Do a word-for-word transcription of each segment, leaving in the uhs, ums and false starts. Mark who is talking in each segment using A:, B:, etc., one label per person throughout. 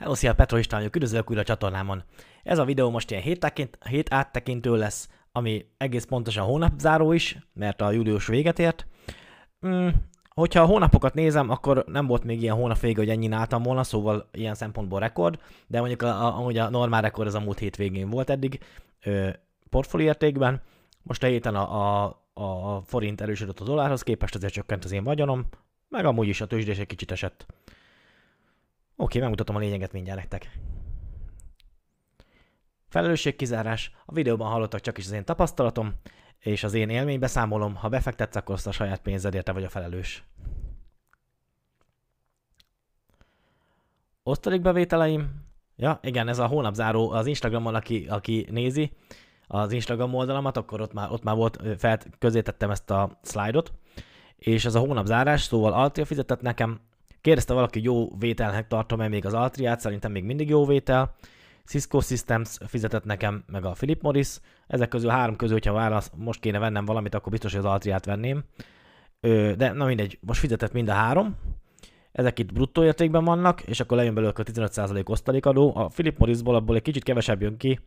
A: Hello, szia, Petro István vagyok, üdvözlök újra a csatornámon. Ez a videó most ilyen hét, hét áttekintő lesz, ami egész pontosan hónapzáró is, mert a július véget ért. Hmm, hogyha a hónapokat nézem, akkor nem volt még ilyen hónap vége, hogy ennyien álltam volna, szóval ilyen szempontból rekord, de mondjuk a, a, amúgy a normál rekord az a múlt hét végén volt eddig, ö, portfólió értékben. Most a héten a, a, a forint erősödött a dollárhoz képest, ezért csökkent az én vagyonom, meg amúgy is a tőzsdés egy kicsit esett. Oké, megmutatom a lényeget mindjárt nektek. Felelősségkizárás. A videóban hallottak csak is az én tapasztalatom, és az én élménybeszámolom. Ha befektetsz, akkor azt a saját pénzedért te vagy a felelős. Osztalékbevételeim. Ja, igen, ez a hónapzáró az Instagramon, aki, aki nézi az Instagram oldalamat, akkor ott már, ott már volt, fel, közé tettem ezt a szlájdot, és ez a hónapzárás, szóval Altria fizetett nekem. Kérdezte valaki, jó vételnek tartom-e még az Altriát, szerintem még mindig jó vétel. Cisco Systems fizetett nekem, meg a Philip Morris. Ezek közül három közül, hogyha válasz, most kéne vennem valamit, akkor biztos, hogy az Altriát venném. Ö, de na mindegy, most fizetett mind a három. Ezek itt bruttó értékben vannak, és akkor lejön belőle a tizenöt százalék osztalékadó. A Philip Morrisból abból egy kicsit kevesebb jön ki,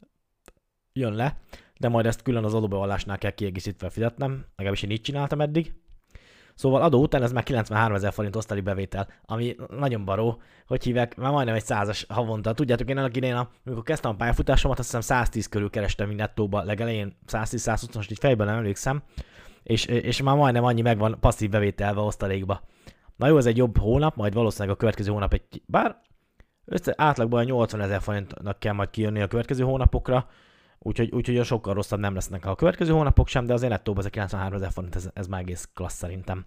A: jön le, de majd ezt külön az adóbevallásnál kell kiegészítve fizetnem, legalábbis én így csináltam eddig. Szóval adó után ez már kilencvenháromezer forint osztalékbevétel, ami nagyon baró, hogy hívják, már majdnem egy százas havonta. Tudjátok, én annak idején, amikor kezdtem a pályafutásomat, azt hiszem száztíz körül kerestem így nettóba, legelején száztíz-százhúsz, most így fejben nem emlékszem, és, és már majdnem annyi megvan passzív bevételve osztalékba. Na jó, ez egy jobb hónap, majd valószínűleg a következő hónap egy, bár össze, átlagban nyolcvanezer forintnak kell majd kijönni a következő hónapokra, úgyhogy, úgyhogy sokkal rosszabb nem lesznek a következő hónapok sem, de azért nettóban ez a kilencvenháromezer forint, ez, ez már egész klassz szerintem.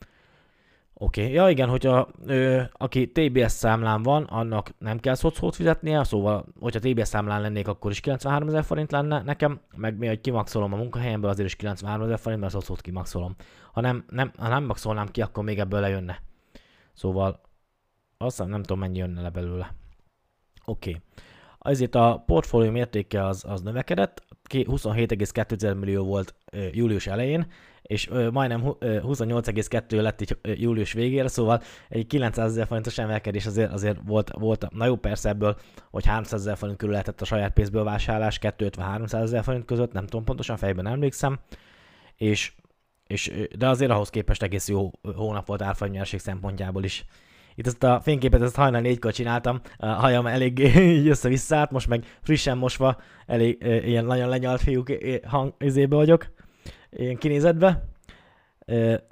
A: Oké, okay. Ja igen, hogyha ö, aki té bé es számlán van, annak nem kell szocót fizetnie, szóval, hogyha té bé es számlán lennék, akkor is kilencvenháromezer forint lenne nekem, meg mi, hogy kimaxolom a munkahelyemből, azért is kilencvenháromezer forint, mert a szocót kimaxolom. Ha nem, nem, ha nem maxolnám ki, akkor még ebből lejönne. Szóval, azt hiszem, nem tudom, mennyi jönne le belőle. Oké. Okay. Ezért a portfólió mértéke az, az növekedett, huszonhét egész kettő millió volt ö, július elején, és ö, majdnem huszonnyolc egész kettő lett így ö, július végére, szóval egy kilencszázezer forintos emelkedés azért, azért volt, volt, na jó, persze ebből, hogy háromszázezer forint körül lehetett a saját pénzből vásárlás, kétszázötven-háromszázezer forint között, nem tudom pontosan, fejben emlékszem, és, és, de azért ahhoz képest egész jó hónap volt árfolyamnyereség szempontjából is. Itt ezt a fényképet ezt hajnal négykor csináltam, a hajam elég így össze-vissza állt, most meg frissen mosva, elég e, ilyen nagyon lenyalt fiúk hang izébe vagyok, ilyen kinézetbe. E,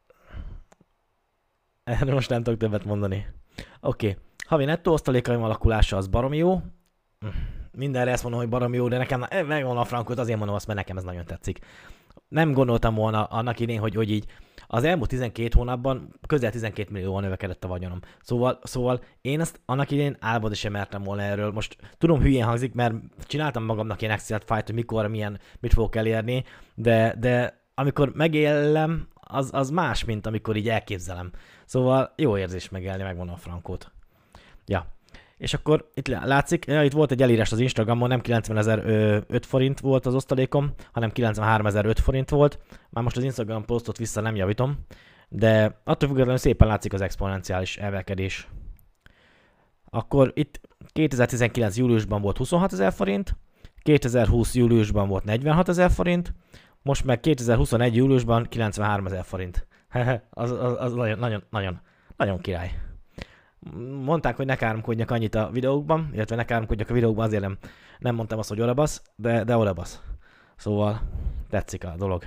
A: erre most nem tudok többet mondani. Oké, okay. Havi nettó osztalékaim alakulása az baromi jó. Mindenre ezt mondom, hogy baromi jó, de nekem megvan a frankot, azért mondom azt, mert nekem ez nagyon tetszik. Nem gondoltam volna annak idén, hogy, hogy így az elmúlt tizenkét hónapban közel tizenkét millióval növekedett a vagyonom. Szóval, szóval én ezt annak idén álmodni sem mertem volna erről. Most tudom, hülyén hangzik, mert csináltam magamnak ilyen Excel fájlt, hogy mikor, milyen, mit fogok elérni, de, de amikor megélem, az, az más, mint amikor így elképzelem. Szóval jó érzés megélni, megmondom a frankót. Ja. És akkor itt látszik, ja, itt volt egy elírás az Instagramon, nem kilencvenezer-öt forint volt az osztalékom, hanem kilencvenháromezer-öt forint volt. Már most az Instagram posztot vissza nem javítom, de attól függetlenül szépen látszik az exponenciális emelkedés. Akkor itt kétezer-tizenkilenc júliusban volt huszonhatezer forint, kétezer-húsz júliusban volt negyvenhatezer forint, most meg kétezer-huszonegy júliusban kilencvenháromezer forint. az, az, az nagyon, nagyon, nagyon, nagyon király. Mondták, hogy ne káromkodjak annyit a videókban, illetve ne káromkodjak a videókban, azért nem, nem mondtam azt, hogy odabasz, de, de odabasz. Szóval tetszik a dolog.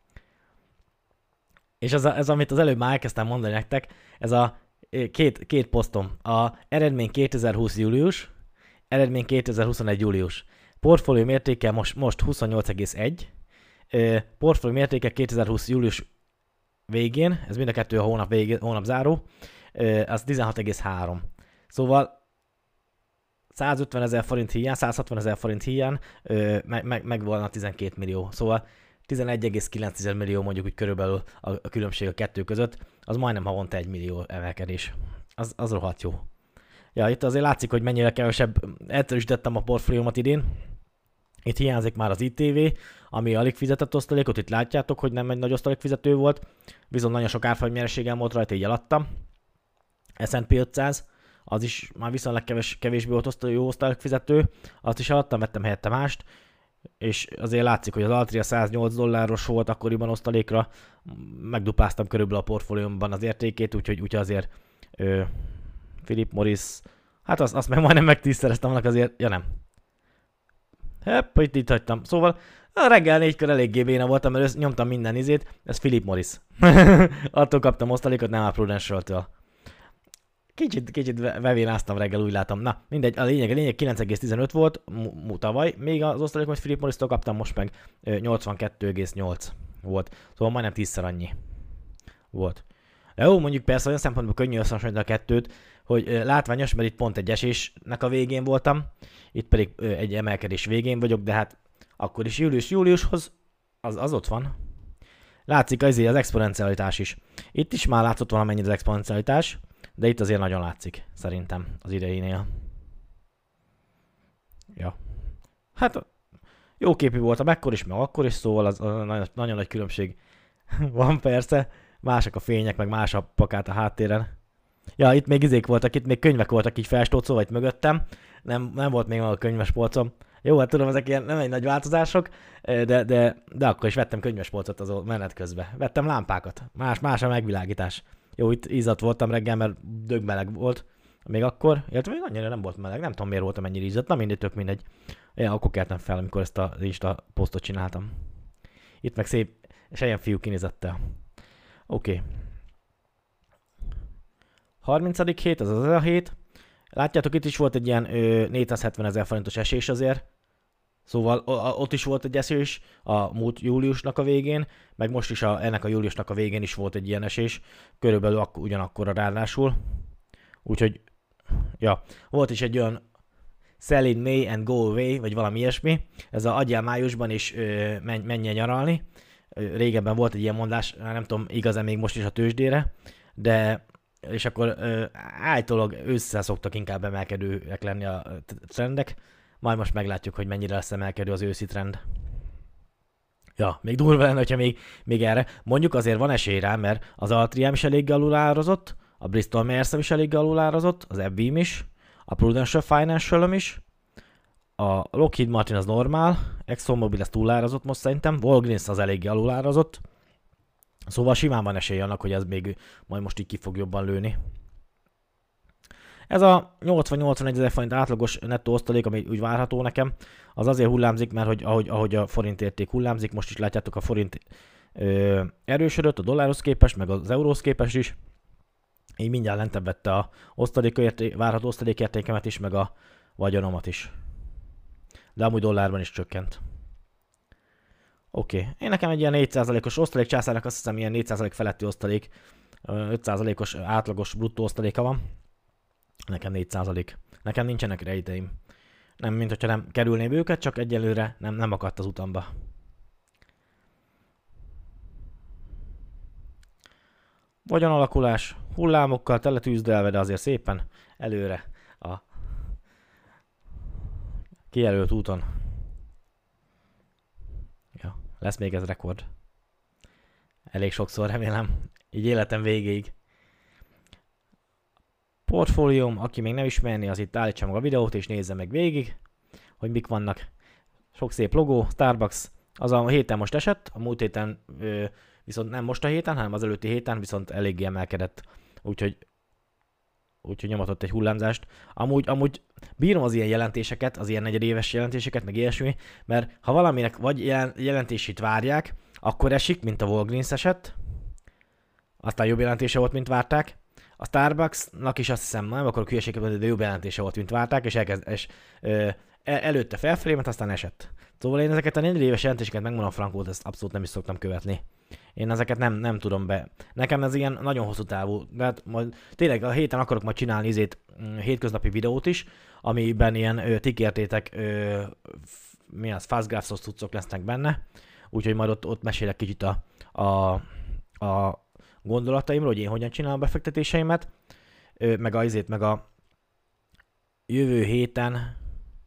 A: És ez, a, ez amit az előbb már elkezdtem mondani nektek, ez a két, két posztom. A eredmény kétezer-húsz július, eredmény kétezer-huszonegy július. Portfólió mértéke most, most huszonnyolc egész egy, portfólió mértéke kétezer-húsz július végén, ez mind a kettő a hónap, végé, hónap záró, az tizenhat egész három. Szóval százötvenezer forint hiány, százhatvanezer forint hiány, meg, meg, meg volna tizenkét millió. Szóval tizenegy egész kilenc millió mondjuk úgy körülbelül a, a különbség a kettő között, az majdnem havonta egy millió emelkedés. Az, az rohadt jó. Ja, itt azért látszik, hogy mennyire kevesebb, egyszerűsítettem a portfóliómat idén. Itt hiányzik már az i té vé, ami alig fizetett osztalékot, itt látjátok, hogy nem egy nagy osztalékfizető volt, viszont nagyon sok árfolyam nyereségem volt rajta, így eladtam. es and pé ötszáz, az is már viszonylag kevés, kevésbé volt osztal, jó osztalék fizető, azt is eladtam, vettem helyette mást, és azért látszik, hogy az Altria száznyolc dolláros volt akkoriban osztalékra, megdupláztam körülbelül a portfóliómban az értékét, úgyhogy, úgyhogy azért ö, Philip Morris, hát azt, azt meg majdnem megtízszereztem annak azért, ja nem. Hepp, itt, itt hagytam. Szóval a reggel négykor eléggé béna voltam, mert nyomtam minden izét, ez Philip Morris. Attól kaptam osztalékot, nem a Prudential-től. Kicsit, kicsit vevénáztam reggel, úgy látom. Na, mindegy, a lényeg, a lényeg kilenc egész tizenöt volt tavaly, még az osztalékot Philip Morris-tól kaptam, most meg nyolcvankettő egész nyolc volt. Szóval majdnem tízszer annyi volt. De jó, mondjuk persze olyan szempontból könnyű összehasonlítani a kettőt, hogy látványos, mert itt pont egy esésnek a végén voltam, itt pedig egy emelkedés végén vagyok, de hát akkor is július-júliushoz az, az ott van. Látszik az, az exponencialitás is. Itt is már látszott valamennyit az exponencialitás, de itt azért nagyon látszik, szerintem, az idejénél. Ja. Hát jó képű voltam ekkor is, meg akkor is, szóval az, az nagyon, nagyon nagy különbség van persze. Mások a fények, meg más a pakát a háttéren. Ja, itt még izék voltak, itt még könyvek voltak így felstócolva itt mögöttem. Nem, nem volt még a könyves polcom. Jó, hát tudom, ezek ilyen nem egy nagy változások, de, de, de akkor is vettem könyves polcot az menet közben. Vettem lámpákat. Más, más a megvilágítás. Jó, itt izzadt voltam reggel, mert dögmeleg volt. Még akkor, illetve még annyira nem volt meleg. Nem tudom, miért voltam ennyire izzadt. Na mindegy, tök mindegy. Ja, akkor keltem fel, amikor ezt az Insta posztot csináltam. Itt meg szép sejjen fiú kinézettel. Oké. Okay. harmincadik hét, az az a hét. Látjátok, itt is volt egy ilyen ö, négyszázhetven ezer forintos esés azért. Szóval o, a, ott is volt egy esés a múlt júliusnak a végén, meg most is a, ennek a júliusnak a végén is volt egy ilyen esés. Körülbelül ak- ugyanakkor ráadásul. Úgyhogy, ja, volt is egy olyan sell in May and go away, vagy valami ilyesmi. Ez a adjál májusban és ö, menj, menjen nyaralni. Régebben volt egy ilyen mondás, nem tudom, igaz-e még most is a tőzsdére, de és akkor ö, állítólag ősszel szoktak inkább emelkedőek lenni a trendek, majd most meglátjuk, hogy mennyire lesz emelkedő az őszi trend. Ja, még durva lenne, hogyha még, még erre. Mondjuk azért van esély rá, mert az Altriám is elég alulárazott, a Bristol Myers is elég alulárazott, az Ebbim is, a Prudential Financial is, a Lockheed Martin az normál, ExxonMobil ez túlárazott most szerintem, Walgreens az eléggé alulárazott. Szóval simán van esély annak, hogy ez még majd most így ki fog jobban lőni. Ez a nyolcvan-nyolcvanegy ezer forint átlagos nettó osztalék, ami úgy várható nekem, az azért hullámzik, mert hogy, ahogy, ahogy a forint érték hullámzik, most is látjátok, a forint ö, erősödött a dollárhoz képest, meg az euróhoz képest is. Így mindjárt lentebb vette a osztalék, várható osztalékértékemet is, meg a vagyonomat is. De amúgy dollárban is csökkent. Oké, okay. Én nekem egy ilyen négy százalékos osztalék, császárnak azt hiszem ilyen négy százalék feletti osztalék, öt százalékos átlagos bruttó osztaléka van. Nekem négy százalék. Nekem nincsenek rejteim. Nem, mint hogyha nem kerülném őket, csak egyelőre nem, nem akadt az utamba. Vagyonalakulás, hullámokkal teletűzdelve, de azért szépen előre a kijelölt úton. Ja, lesz még ez rekord. Elég sokszor remélem, így életem végéig. Portfólióm, aki még nem ismerni, az itt állítsa meg a videót és nézze meg végig, hogy mik vannak. Sok szép logó, Starbucks, az a héten most esett, a múlt héten ö, viszont nem most a héten, hanem az előtti héten viszont eléggé emelkedett, úgyhogy, úgyhogy nyomatott egy hullámzást. Amúgy, amúgy bírom az ilyen jelentéseket, az ilyen negyedéves jelentéseket, meg ilyesmi, mert ha valaminek vagy jelen, jelentését várják, akkor esik, mint a Walgreens esett, aztán jobb jelentése volt, mint várták. A Starbucksnak is azt hiszem, nem akarok hülyeséget, de jobb jelentése volt, mint várták, és, elkezd, és ö, előtte felfelé, mert aztán esett. Szóval én ezeket a negyedéves jelentéseket, megmondom frankót, ezt abszolút nem is szoktam követni. Én ezeket nem, nem tudom be. Nekem ez ilyen nagyon hosszú távú, de hát majd tényleg a héten akarok majd csinálni izét, hétköznapi videót is, amiben ilyen tikértétek, mi az, fast graphs-os cuccok lesznek benne, úgyhogy majd ott, ott mesélek kicsit a, a, a gondolataimról, hogy én hogyan csinálom a befektetéseimet, meg a izét, meg a jövő héten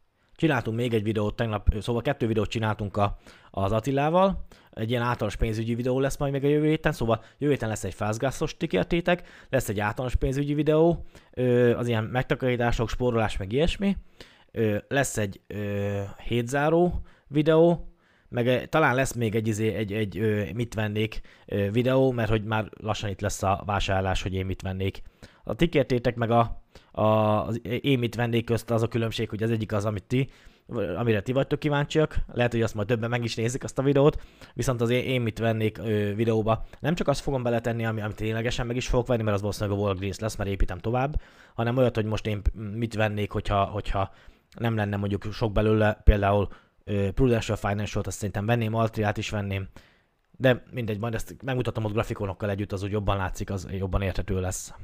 A: Csináltunk még egy videót tegnap, szóval kettő videót csináltunk a, az Attilával, egy ilyen általános pénzügyi videó lesz majd még a jövő héten, szóval jövő héten lesz egy fastgasos tikértétek, lesz egy általános pénzügyi videó, az ilyen megtakarítások, spórolás meg ilyesmi, lesz egy hétzáró videó, meg talán lesz még egy, egy, egy, egy mit vennék videó, mert hogy már lassan itt lesz a vásárlás, hogy én mit vennék. A tikértétek meg a, a, az én mit vennék közt az a különbség, hogy az egyik az, amit ti, amire ti vagytok kíváncsiak, lehet, hogy azt majd többen meg is nézik azt a videót, viszont az én, én mit vennék ö, videóba nem csak azt fogom beletenni, ami, amit ténylegesen meg is fogok venni, mert az valószínűleg a Walgreens lesz, mert építem tovább, hanem olyat, hogy most én mit vennék, hogyha, hogyha nem lenne mondjuk sok belőle, például ö, Prudential Financial-t, azt szerintem venném, Altriát is venném, de mindegy, majd ezt megmutatom ott grafikonokkal együtt, az úgy jobban látszik, az jobban érthető lesz.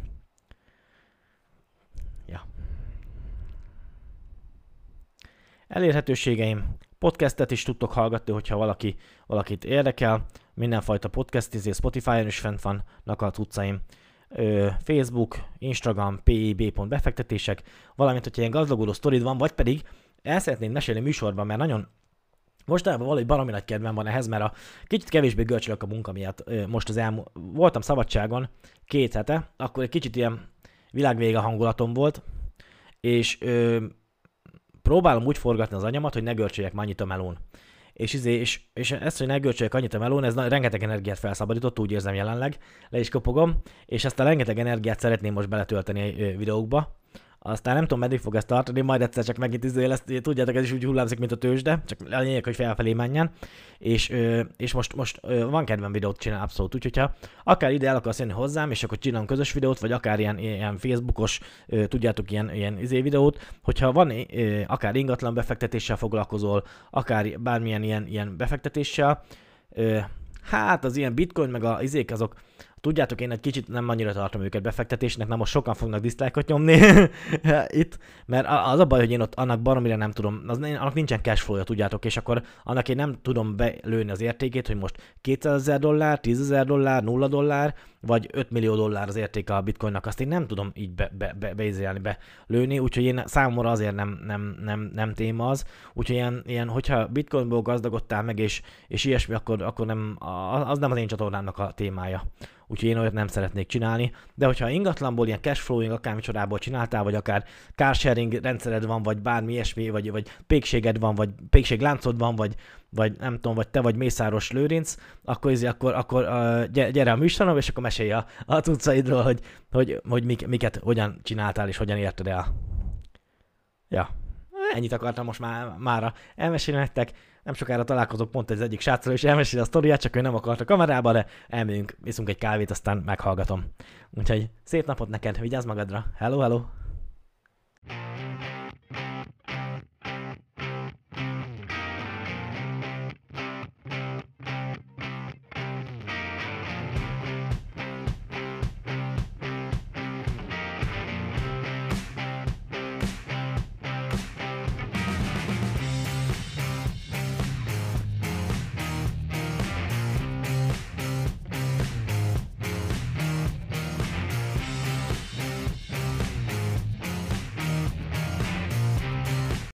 A: Ja. Elérhetőségeim. Podcastet is tudtok hallgatni, hogyha valaki, valakit érdekel. Mindenfajta podcast, izé Spotify-on is fent vannak a cuccaim. Facebook, Instagram, pib.befektetések, valamint, hogyha ilyen gazdagodó sztorid van, vagy pedig el szeretném mesélni műsorban, mert nagyon mostanában valahogy baromi nagy kedvem van ehhez, mert a kicsit kevésbé görcsölök a munka miatt. Most az elmúlt, voltam szabadságon két hete, akkor egy kicsit ilyen világvége hangulatom volt, és ö, próbálom úgy forgatni az anyamat, hogy ne görcsöljek már annyit a melón. És, izé, és, és ezt, hogy ne görcsöljek annyit a melón, ez rengeteg energiát felszabadított, úgy érzem jelenleg, le is kopogom, és ezt a rengeteg energiát szeretném most beletölteni videókba. Aztán nem tudom, meddig fog ezt tartani, majd egyszer csak megint izé lesz, tudjátok, ez is úgy hullámzik, mint a tőzsde, csak a lényeg, hogy felfelé menjen. És, és most, most van kedvem videót csinálni abszolút, úgyhogy ha akár ide el akarsz jönni hozzám, és akkor csinálom közös videót, vagy akár ilyen, ilyen Facebookos, tudjátok, ilyen, ilyen izé videót, hogyha van akár ingatlan befektetéssel foglalkozol, akár bármilyen ilyen, ilyen befektetéssel, hát az ilyen bitcoin meg a izék azok, tudjátok, én egy kicsit nem annyira tartom őket befektetésnek, nem most sokan fognak diszlájkot nyomni itt, mert az a baj, hogy én ott annak baromira nem tudom, az, annak nincsen cashflow-ja, tudjátok, és akkor annak én nem tudom belőni az értékét, hogy most kétszázezer dollár, tízezer dollár, nulla dollár, vagy öt millió dollár az értéke a bitcoinnak, azt én nem tudom így be, be, be, beizélni, belőni, úgyhogy én számomra azért nem, nem, nem, nem téma az, úgyhogy ilyen, ilyen hogyha bitcoinból gazdagodtál meg, és, és ilyesmi, akkor, akkor nem, az nem az én csatornámnak a témája. Úgyhogy én olyat nem szeretnék csinálni, de hogyha ingatlanból, ilyen cashflowing, akármicsodából csináltál, vagy akár carsharing rendszered van, vagy bármi ilyesmi, vagy, vagy pékséged van, vagy pékségláncod van, vagy, vagy nem tudom, vagy te vagy Mészáros Lőrinc, akkor, izé, akkor, akkor uh, gyere a műsoromba, és akkor mesélj a, a cuccaidról, hogy, hogy, hogy mik, miket, hogyan csináltál, és hogyan érted el. Ja, ennyit akartam most már mára elmesélni nektek. Nem sokára találkozok pont az egyik sráccal, és elmesél a sztoriát, csak ő nem akart a kamerába, de elmegyünk, iszunk egy kávét, aztán meghallgatom. Úgyhogy szép napot neked, vigyázz magadra. Hello, hello!